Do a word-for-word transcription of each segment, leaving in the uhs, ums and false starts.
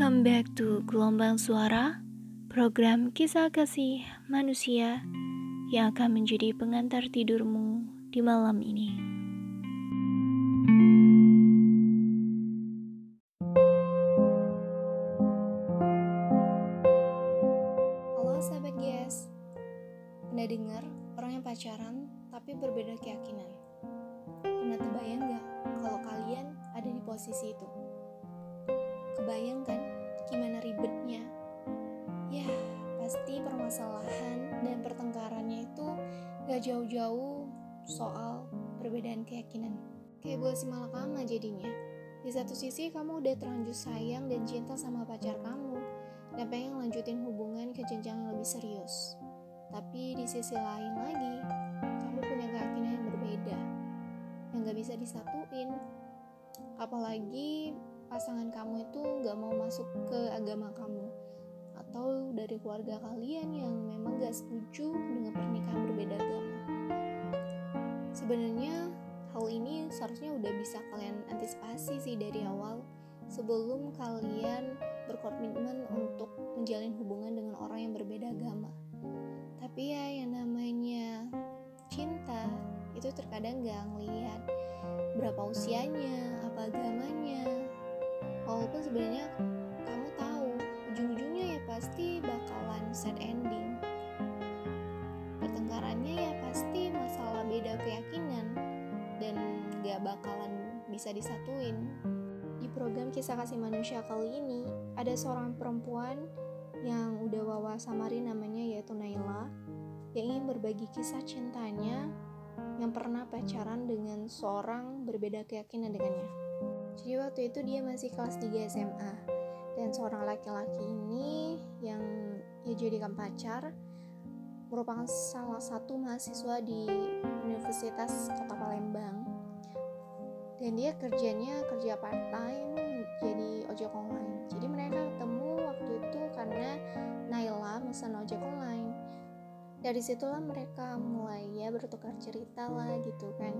Welcome back to Gelombang Suara, program kisah kasih manusia yang akan menjadi pengantar tidurmu di malam ini. Halo sahabat Gias, pernah dengar orang yang pacaran tapi berbeda keyakinan? Pernah terbayang gak kalau kalian ada di posisi itu? Kebayang kan gimana ribetnya? Ya, pasti permasalahan dan pertengkarannya itu gak jauh-jauh soal perbedaan keyakinan. Kayak buah si malakama jadinya. Di satu sisi kamu udah terlanjur sayang dan cinta sama pacar kamu dan pengen lanjutin hubungan ke jenjang yang lebih serius. Tapi di sisi lain lagi, kamu punya keyakinan yang berbeda yang gak bisa disatuin. Apalagi pasangan kamu itu gak mau masuk ke agama kamu, atau dari keluarga kalian yang memang gak setuju dengan pernikahan berbeda agama. Sebenarnya hal ini seharusnya udah bisa kalian antisipasi sih dari awal, sebelum kalian berkomitmen untuk menjalin hubungan dengan orang yang berbeda agama. Tapi ya yang namanya cinta itu terkadang gak ngelihat berapa usianya, apa agamanya. Walaupun sebenarnya kamu tahu ujung-ujungnya ya pasti bakalan sad ending. Pertengkarannya ya pasti masalah beda keyakinan dan gak bakalan bisa disatuin. Di program kisah kasih manusia kali ini ada seorang perempuan yang udah wawa samari namanya yaitu Naila, yang ingin berbagi kisah cintanya yang pernah pacaran dengan seorang berbeda keyakinan dengannya. Jadi waktu itu dia masih kelas tiga S M A, dan seorang laki-laki ini yang ia jadikan pacar merupakan salah satu mahasiswa di Universitas Kota Palembang, dan dia kerjanya kerja part time jadi ojek online. Jadi mereka ketemu waktu itu karena Naila pesan ojek online. Dari situlah mereka mulai ya bertukar cerita lah gitu kan.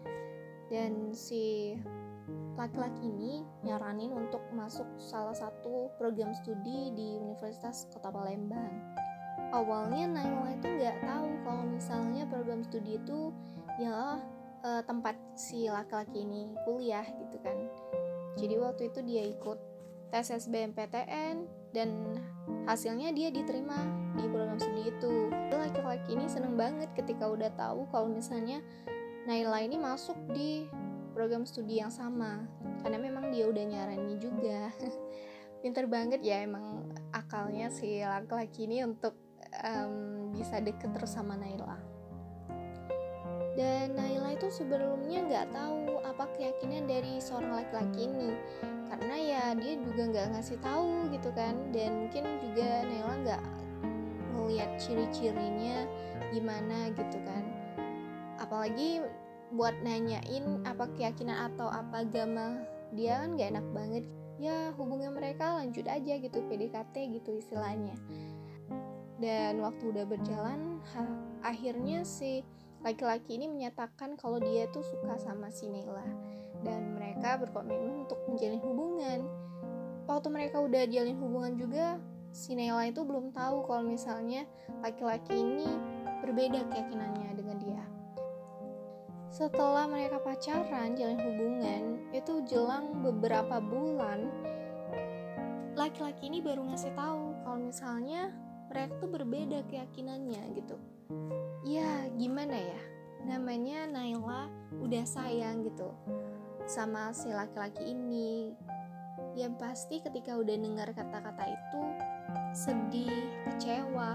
Dan si laki-laki ini nyaranin untuk masuk salah satu program studi di Universitas Kota Palembang. Awalnya Naila itu nggak tahu kalau misalnya program studi itu ya eh, tempat si laki-laki ini kuliah gitu kan. Jadi waktu itu dia ikut tes S B M P T N dan hasilnya dia diterima di program studi itu. Laki-laki ini seneng banget ketika udah tahu kalau misalnya Naila ini masuk di program studi yang sama, karena memang dia udah nyaranin juga. Pinter banget ya emang akalnya si laki-laki ini untuk um, bisa deket terus sama Naila. Dan Naila itu sebelumnya nggak tahu apa keyakinan dari seorang laki-laki ini, karena ya dia juga nggak ngasih tahu gitu kan. Dan mungkin juga Naila nggak ngeliat ciri-cirinya gimana gitu kan, apalagi buat nanyain apa keyakinan atau apa agama dia kan gak enak banget. Ya hubungan mereka lanjut aja gitu, P D K T gitu istilahnya. Dan waktu udah berjalan, ha, akhirnya si laki-laki ini menyatakan kalau dia tuh suka sama si Naila, dan mereka berkomitmen untuk menjalin hubungan. Waktu mereka udah jalin hubungan juga, si Naila itu belum tahu kalau misalnya laki-laki ini berbeda keyakinannya dengan dia. Setelah mereka pacaran, jalin hubungan, itu jelang beberapa bulan, laki-laki ini baru ngasih tahu kalau misalnya mereka tuh berbeda keyakinannya gitu. Ya gimana ya, namanya Naila udah sayang gitu sama si laki-laki ini. Ya pasti ketika udah dengar kata-kata itu sedih, kecewa.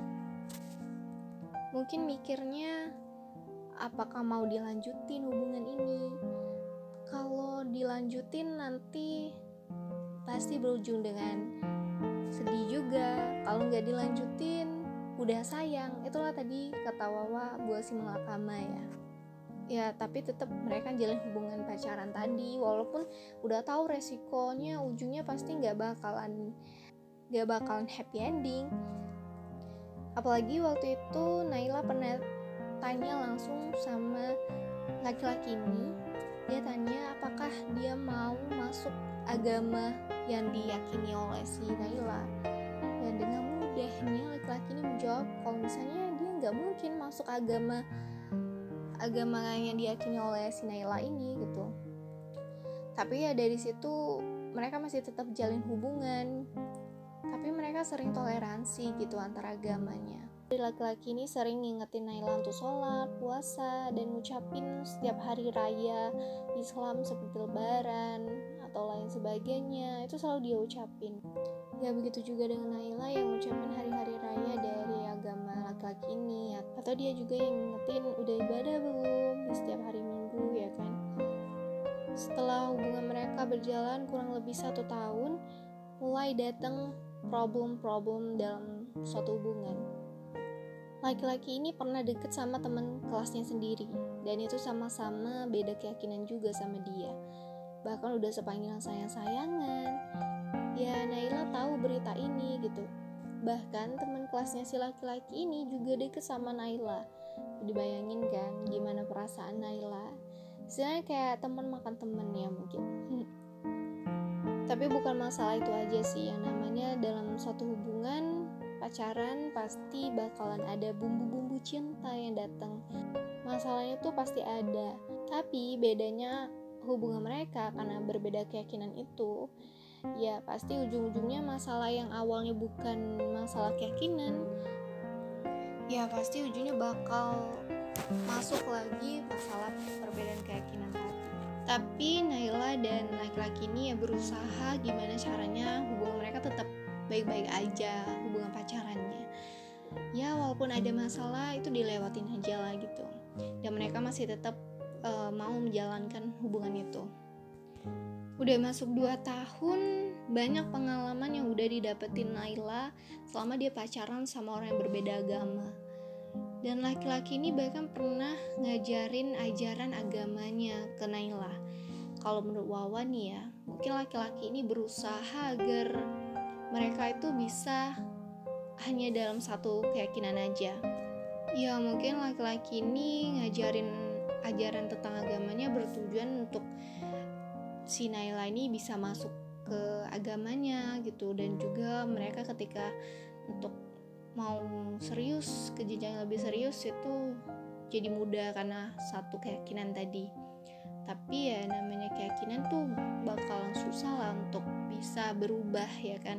Mungkin mikirnya apakah mau dilanjutin hubungan ini? Kalau dilanjutin nanti pasti berujung dengan sedih juga. Kalau nggak dilanjutin udah sayang. Itulah tadi kata Wawa buah si malakama ya. Ya tapi tetap mereka jalin hubungan pacaran tadi, walaupun udah tahu resikonya ujungnya pasti nggak bakalan nggak bakalan happy ending. Apalagi waktu itu Naila pernah tanya langsung sama laki-laki ini. Dia tanya apakah dia mau masuk agama yang diyakini oleh si Naila. Dan dengan mudahnya laki-laki ini menjawab kalau misalnya dia nggak mungkin masuk agama agama yang diyakini oleh si Naila ini gitu. Tapi ya dari situ mereka masih tetap jalin hubungan, tapi mereka sering toleransi gitu antar agamanya. Laki-laki ini sering ngingetin Naila untuk sholat, puasa, dan ngucapin setiap hari raya Islam seperti lebaran atau lain sebagainya. Itu selalu dia ucapin. Ya begitu juga dengan Naila yang ngucapin hari-hari raya dari agama laki-laki ini. Atau dia juga yang ngingetin udah ibadah belum di setiap hari Minggu, ya kan. Setelah hubungan mereka berjalan kurang lebih satu tahun, mulai datang problem-problem dalam suatu hubungan. Laki-laki ini pernah deket sama teman kelasnya sendiri, dan itu sama-sama beda keyakinan juga sama dia. Bahkan udah sepanggilan sayang-sayangan. Ya Naila tahu berita ini gitu. Bahkan teman kelasnya si laki-laki ini juga deket sama Naila. Dibayangin kan gimana perasaan Naila? Istilahnya kayak teman makan temen ya mungkin. Tapi bukan masalah itu aja sih, yang namanya dalam suatu hubungan pacaran pasti bakalan ada bumbu-bumbu cinta yang datang. Masalahnya tuh pasti ada. Tapi bedanya hubungan mereka karena berbeda keyakinan itu, ya pasti ujung-ujungnya masalah yang awalnya bukan masalah keyakinan, ya pasti ujungnya bakal masuk lagi masalah perbedaan keyakinan tadi. Tapi Naila dan laki-laki ini ya berusaha gimana caranya hubungan mereka tetap baik-baik aja, hubungan pacarannya. Ya walaupun ada masalah itu dilewatin aja lah gitu. Dan mereka masih tetap uh, mau menjalankan hubungan itu. Udah masuk dua tahun, banyak pengalaman yang udah didapetin Naila selama dia pacaran sama orang yang berbeda agama. Dan laki-laki ini bahkan pernah ngajarin ajaran agamanya ke Naila. Kalau menurut Wawan nih ya, mungkin laki-laki ini berusaha agar mereka itu bisa hanya dalam satu keyakinan aja. Ya mungkin laki-laki ini ngajarin ajaran tentang agamanya bertujuan untuk si Naila ini bisa masuk ke agamanya gitu. Dan juga mereka ketika untuk mau serius, ke jenjang yang lebih serius itu jadi mudah karena satu keyakinan tadi. Tapi ya namanya keyakinan tuh bakalan susah lah untuk bisa berubah ya kan.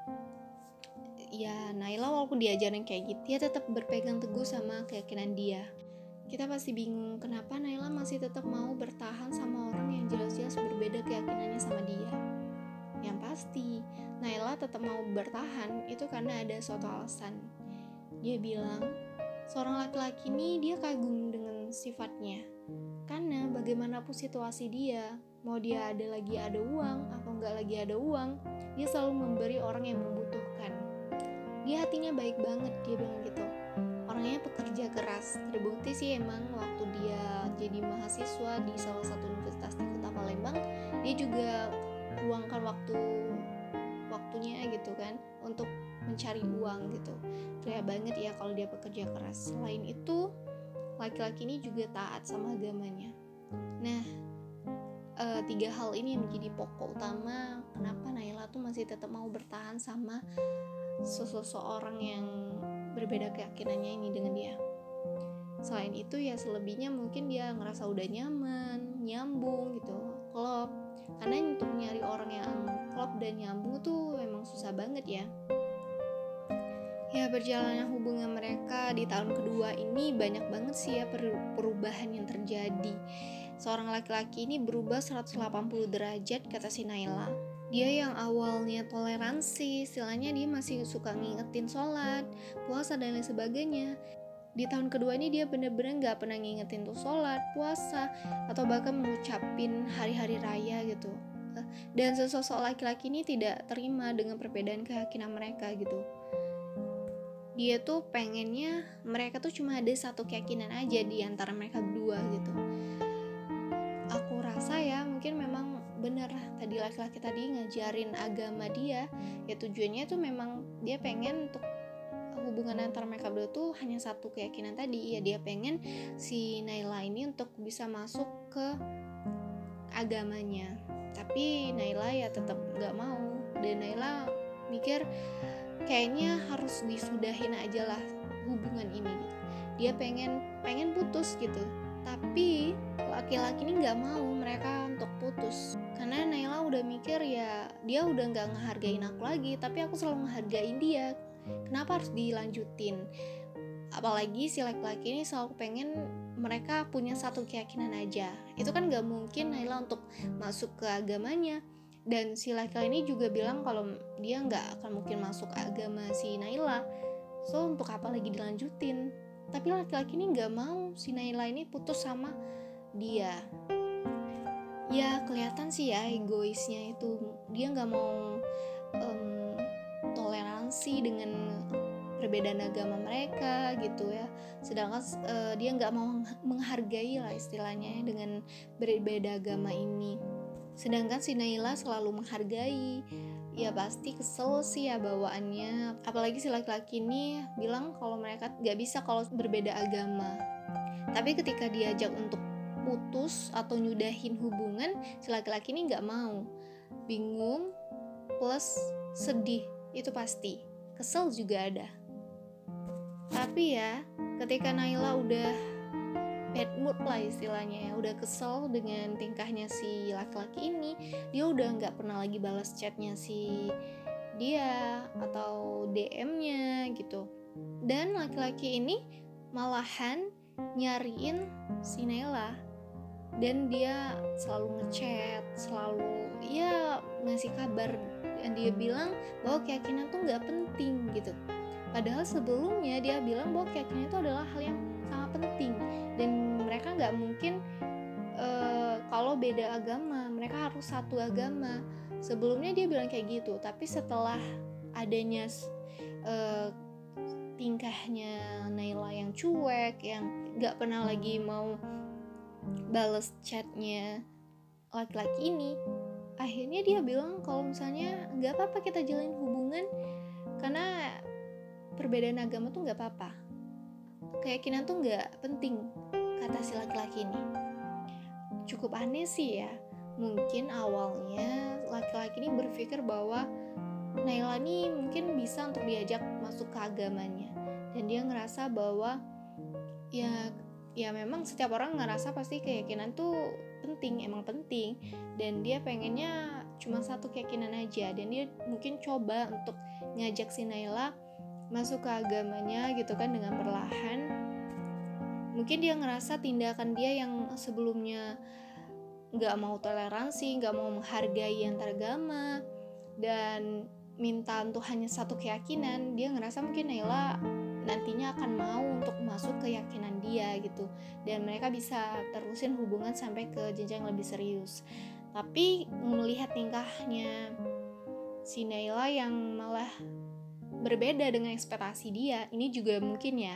Ya Naila walaupun diajarin kayak gitu, dia tetap berpegang teguh sama keyakinan dia. Kita pasti bingung kenapa Naila masih tetap mau bertahan sama orang yang jelas-jelas berbeda keyakinannya sama dia. Yang pasti Naila tetap mau bertahan itu karena ada suatu alasan. Dia bilang seorang laki-laki ini dia kagum dengan sifatnya. Karena bagaimanapun situasi dia, mau dia ada lagi ada uang atau nggak lagi ada uang, dia selalu memberi orang yang membutuhkan. Dia hatinya baik banget, dia bilang gitu. Orangnya pekerja keras. Terbukti sih emang waktu dia jadi mahasiswa di salah satu universitas di kota Palembang, dia juga luangkan waktu waktunya gitu kan untuk mencari uang gitu. Terlihat banget ya kalau dia pekerja keras. Selain itu, laki-laki ini juga taat sama agamanya. Nah, e, tiga hal ini yang menjadi pokok utama kenapa Naila tuh masih tetap mau bertahan sama seseorang yang berbeda keyakinannya ini dengan dia. Selain itu ya selebihnya mungkin dia ngerasa udah nyaman, nyambung gitu, klop. Karena untuk nyari orang yang klop dan nyambung tuh emang susah banget ya. Ya perjalanan hubungan mereka di tahun kedua ini banyak banget sih ya perubahan yang terjadi. Seorang laki-laki ini berubah seratus delapan puluh derajat kata si Naila. Dia yang awalnya toleransi, istilahnya dia masih suka ngingetin sholat, puasa dan lain sebagainya. Di tahun kedua ini dia bener-bener gak pernah ngingetin tuh sholat, puasa, atau bahkan mengucapin hari-hari raya gitu. Dan sesosok laki-laki ini tidak terima dengan perbedaan keyakinan mereka gitu. Dia tuh pengennya mereka tuh cuma ada satu keyakinan aja di antara mereka berdua gitu. Aku rasa ya mungkin memang bener tadi laki-laki tadi ngajarin agama dia, ya tujuannya tuh memang dia pengen untuk hubungan antara mereka berdua tuh hanya satu keyakinan tadi. Ya dia pengen si Naila ini untuk bisa masuk ke agamanya. Tapi Naila ya tetap gak mau. dan Naila mikir kayaknya harus disudahin aja lah hubungan ini gitu. Dia pengen pengen putus gitu, tapi laki-laki ini nggak mau mereka untuk putus karena Naila udah mikir ya dia udah nggak ngehargain aku lagi, tapi aku selalu ngehargain dia, kenapa harus dilanjutin. Apalagi si laki-laki ini selalu pengen mereka punya satu keyakinan aja. Itu kan gak mungkin Naila untuk masuk ke agamanya. Dan si laki-laki ini juga bilang kalau dia gak akan mungkin masuk agama si Naila. So untuk apa lagi dilanjutin. Tapi laki-laki ini gak mau si Naila ini putus sama dia. Ya kelihatan sih ya egoisnya itu. Dia gak mau um, toleransi dengan perbedaan agama mereka gitu ya, sedangkan uh, dia nggak mau menghargai lah istilahnya dengan berbeda agama ini. Sedangkan si Naila selalu menghargai. Ya pasti kesel sih ya bawaannya, apalagi si laki-laki ini bilang kalau mereka nggak bisa kalau berbeda agama. Tapi ketika diajak untuk putus atau nyudahin hubungan, si laki-laki ini nggak mau, bingung plus sedih, itu pasti kesel juga ada. Tapi ya ketika Naila udah bad mood lah istilahnya ya, udah kesel dengan tingkahnya si laki-laki ini, dia udah gak pernah lagi balas chatnya si dia atau D M-nya gitu. Dan laki-laki ini malahan nyariin si Naila, dan dia selalu ngechat, selalu ya ngasih kabar, dan dia bilang bahwa keyakinan tuh gak penting gitu. Padahal sebelumnya dia bilang bahwa keyakinan itu adalah hal yang sangat penting, dan mereka nggak mungkin uh, kalau beda agama, mereka harus satu agama. Sebelumnya dia bilang kayak gitu, tapi setelah adanya uh, tingkahnya Naila yang cuek, yang nggak pernah lagi mau bales chatnya laki-laki ini, akhirnya dia bilang kalau misalnya nggak apa-apa kita jalin hubungan karena perbedaan agama tuh gak apa-apa, keyakinan tuh gak penting, kata si laki-laki ini. Cukup aneh sih ya. Mungkin awalnya laki-laki ini berpikir bahwa Naila ini mungkin bisa untuk diajak masuk ke agamanya, dan dia ngerasa bahwa ya ya memang setiap orang ngerasa pasti keyakinan tuh penting, emang penting, dan dia pengennya cuma satu keyakinan aja, dan dia mungkin coba untuk ngajak si Naila masuk ke agamanya gitu kan dengan perlahan. Mungkin dia ngerasa tindakan dia yang sebelumnya gak mau toleransi, gak mau menghargai antar agama, dan minta untuk hanya satu keyakinan, dia ngerasa mungkin Naila nantinya akan mau untuk masuk ke keyakinan dia gitu, dan mereka bisa terusin hubungan sampai ke jenjang lebih serius. Tapi melihat tingkahnya si Naila yang malah berbeda dengan ekspektasi dia, ini juga mungkin ya.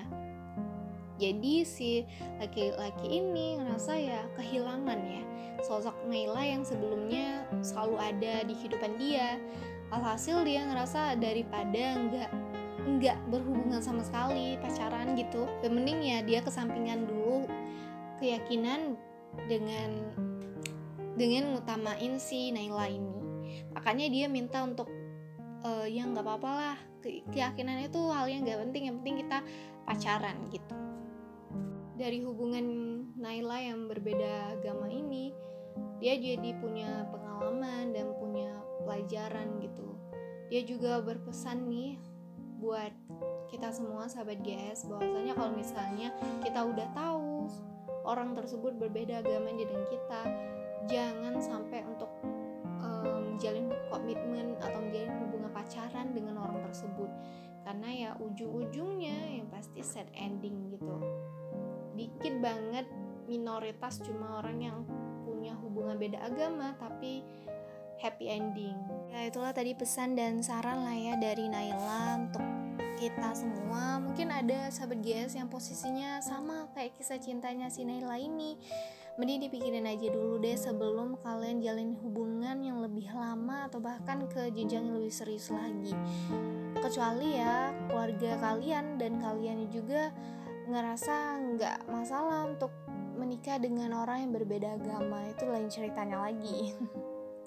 Jadi si laki-laki ini ngerasa ya kehilangan ya sosok Naila yang sebelumnya selalu ada di kehidupan dia. Alhasil dia ngerasa daripada nggak nggak berhubungan sama sekali, pacaran gitu, ya mending ya dia kesampingan dulu keyakinan dengan dengan ngutamain si Naila ini. Makanya dia minta untuk Uh, ya nggak apa-apa lah, Ke- keyakinan itu hal yang nggak penting, yang penting kita pacaran gitu. Dari hubungan Naila yang berbeda agama ini, dia jadi punya pengalaman dan punya pelajaran gitu. Dia juga berpesan nih buat kita semua sahabat G S, bahwasanya kalau misalnya kita udah tahu orang tersebut berbeda agama dengan kita, jangan sampai untuk um, menjalin komitmen atau menjalin hubungan pacaran dengan orang tersebut, karena ya ujung-ujungnya yang pasti sad ending gitu. Dikit banget minoritas cuma orang yang punya hubungan beda agama tapi happy ending. Ya itulah tadi pesan dan saran lah ya dari Naila untuk kita semua. Mungkin ada sahabat G S yang posisinya sama kayak kisah cintanya si Naila ini. Mending dipikirin aja dulu deh sebelum kalian jalin hubungan yang lebih lama atau bahkan ke jenjang yang lebih serius lagi. Kecuali ya keluarga kalian dan kalian juga ngerasa nggak masalah untuk menikah dengan orang yang berbeda agama, itu lain ceritanya lagi.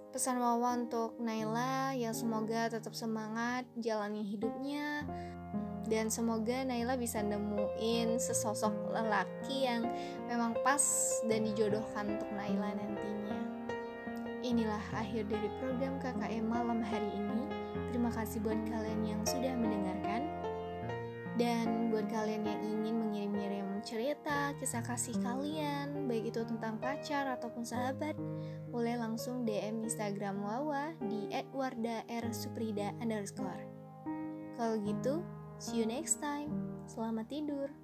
Pesan Wawa untuk Naila ya semoga tetap semangat jalani hidupnya, dan semoga Naila bisa nemuin sesosok lelaki yang memang pas dan dijodohkan untuk Naila nantinya. Inilah akhir dari program K K M malam hari ini. Terima kasih buat kalian yang sudah mendengarkan. Dan buat kalian yang ingin mengirim-ngirim cerita, kisah kasih kalian, baik itu tentang pacar ataupun sahabat, boleh langsung D M Instagram Wawa di et warda r suprida underscore. Kalau gitu, see you next time. Selamat tidur.